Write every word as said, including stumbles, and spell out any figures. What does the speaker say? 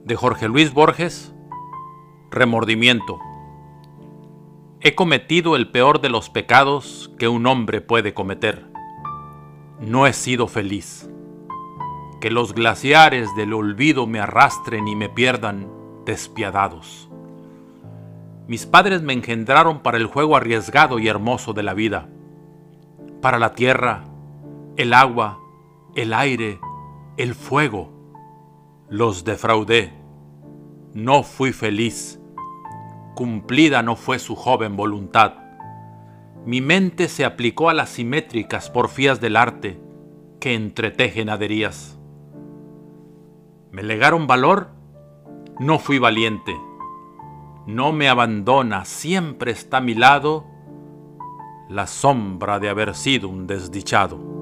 De Jorge Luis Borges. Remordimiento. He cometido el peor de los pecados que un hombre puede cometer. No he sido feliz. Que los glaciares del olvido me arrastren y me pierdan despiadados. Mis padres me engendraron para el juego arriesgado y hermoso de la vida, para la tierra, el agua, el aire, el fuego. Los defraudé. No fui feliz. Cumplida no fue su joven voluntad. Mi mente se aplicó a las simétricas porfías del arte que entretejen haderías. ¿Me legaron valor? No fui valiente. No me abandona, siempre está a mi lado la sombra de haber sido un desdichado.